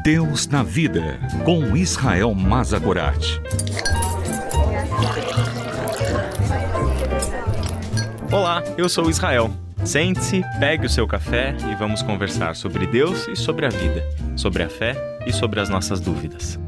Deus na Vida, com Israel Mazagorat. Olá, eu sou o Israel. Sente-se, pegue o seu café e vamos conversar sobre Deus e sobre a vida, sobre a fé e sobre as nossas dúvidas.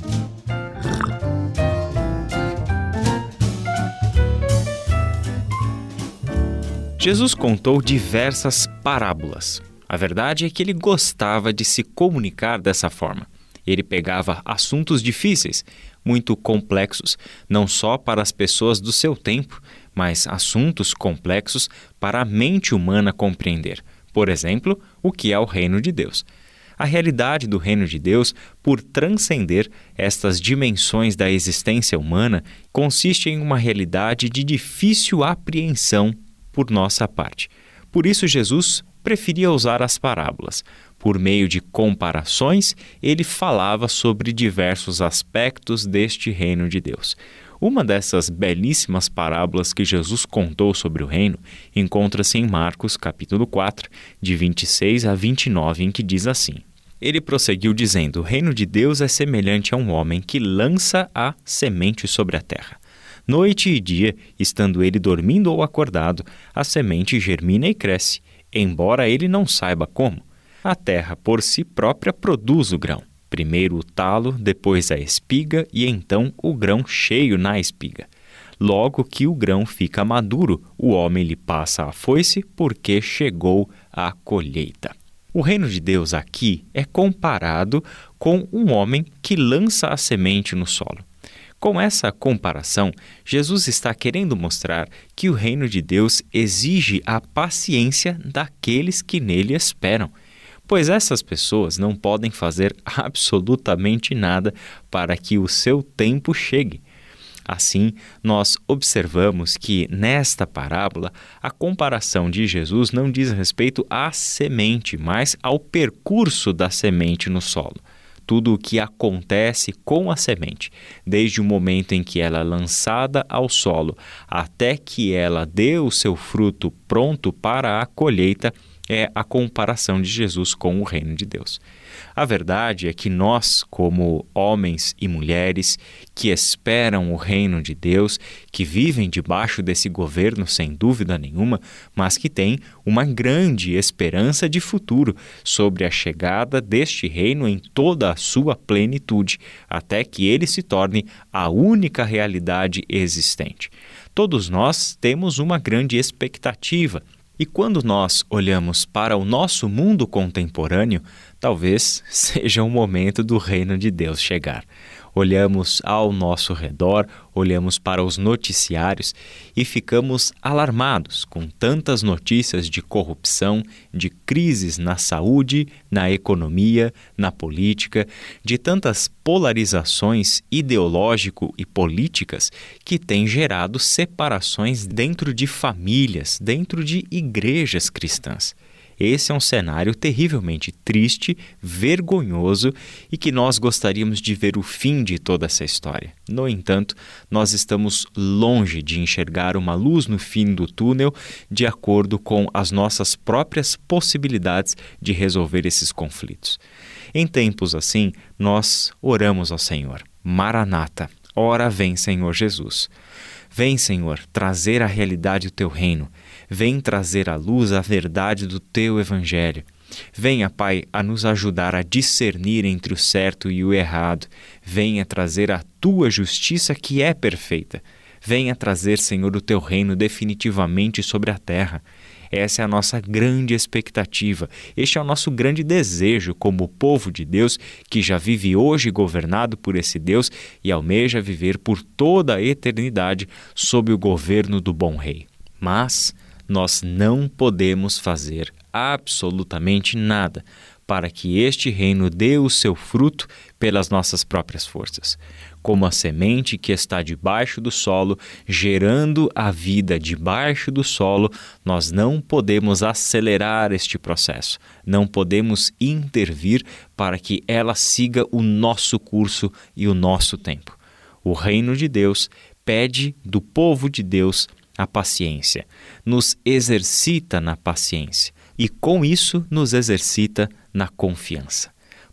Jesus contou diversas parábolas. A verdade é que ele gostava de se comunicar dessa forma. Ele pegava assuntos difíceis, muito complexos, não só para as pessoas do seu tempo, mas assuntos complexos para a mente humana compreender. Por exemplo, o que é o reino de Deus. A realidade do reino de Deus, por transcender estas dimensões da existência humana, consiste em uma realidade de difícil apreensão por nossa parte. Por isso, Jesus preferia usar as parábolas. Por meio de comparações, ele falava sobre diversos aspectos deste reino de Deus. Uma dessas belíssimas parábolas que Jesus contou sobre o reino encontra-se em Marcos, capítulo 4, de 26 a 29, em que diz assim: Ele prosseguiu dizendo: O reino de Deus é semelhante a um homem que lança a semente sobre a terra. Noite e dia, estando ele dormindo ou acordado, a semente germina e cresce, embora ele não saiba como. A terra por si própria produz o grão. Primeiro o talo, depois a espiga e então o grão cheio na espiga. Logo que o grão fica maduro, o homem lhe passa a foice porque chegou a colheita. O reino de Deus aqui é comparado com um homem que lança a semente no solo. Com essa comparação, Jesus está querendo mostrar que o reino de Deus exige a paciência daqueles que nele esperam, pois essas pessoas não podem fazer absolutamente nada para que o seu tempo chegue. Assim, nós observamos que, nesta parábola, a comparação de Jesus não diz respeito à semente, mas ao percurso da semente no solo. Tudo o que acontece com a semente, desde o momento em que ela é lançada ao solo até que ela dê o seu fruto pronto para a colheita, é a comparação de Jesus com o reino de Deus. A verdade é que nós, como homens e mulheres que esperam o reino de Deus, que vivem debaixo desse governo sem dúvida nenhuma, mas que têm uma grande esperança de futuro sobre a chegada deste reino em toda a sua plenitude, até que ele se torne a única realidade existente. Todos nós temos uma grande expectativa. E quando nós olhamos para o nosso mundo contemporâneo, talvez seja o momento do reino de Deus chegar. Olhamos ao nosso redor, olhamos para os noticiários e ficamos alarmados com tantas notícias de corrupção, de crises na saúde, na economia, na política, de tantas polarizações ideológico e políticas que têm gerado separações dentro de famílias, dentro de igrejas cristãs. Esse é um cenário terrivelmente triste, vergonhoso e que nós gostaríamos de ver o fim de toda essa história. No entanto, nós estamos longe de enxergar uma luz no fim do túnel de acordo com as nossas próprias possibilidades de resolver esses conflitos. Em tempos assim, nós oramos ao Senhor. Maranata, ora vem, Senhor Jesus. Vem, Senhor, trazer a realidade do Teu reino. Vem trazer à luz a verdade do Teu Evangelho. Venha, Pai, a nos ajudar a discernir entre o certo e o errado. Venha trazer a Tua justiça que é perfeita. Venha trazer, Senhor, o Teu reino definitivamente sobre a terra. Essa é a nossa grande expectativa. Este é o nosso grande desejo como povo de Deus que já vive hoje governado por esse Deus e almeja viver por toda a eternidade sob o governo do bom Rei. Mas nós não podemos fazer absolutamente nada para que este reino dê o seu fruto pelas nossas próprias forças. Como a semente que está debaixo do solo, gerando a vida debaixo do solo, nós não podemos acelerar este processo, não podemos intervir para que ela siga o nosso curso e o nosso tempo. O reino de Deus pede do povo de Deus a paciência, nos exercita na paciência e, com isso, nos exercita na confiança.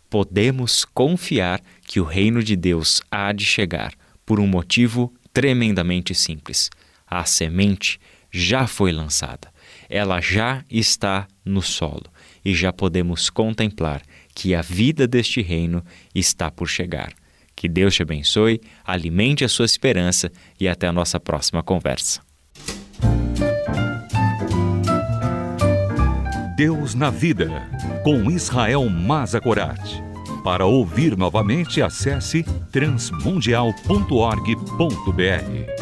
podemos confiar que o reino de Deus há de chegar por um motivo tremendamente simples. A semente já foi lançada, ela já está no solo e já podemos contemplar que a vida deste reino está por chegar. Que Deus te abençoe, alimente a sua esperança e até a nossa próxima conversa. Deus na Vida, com Israel Mazagorat. Para ouvir novamente, acesse transmundial.org.br.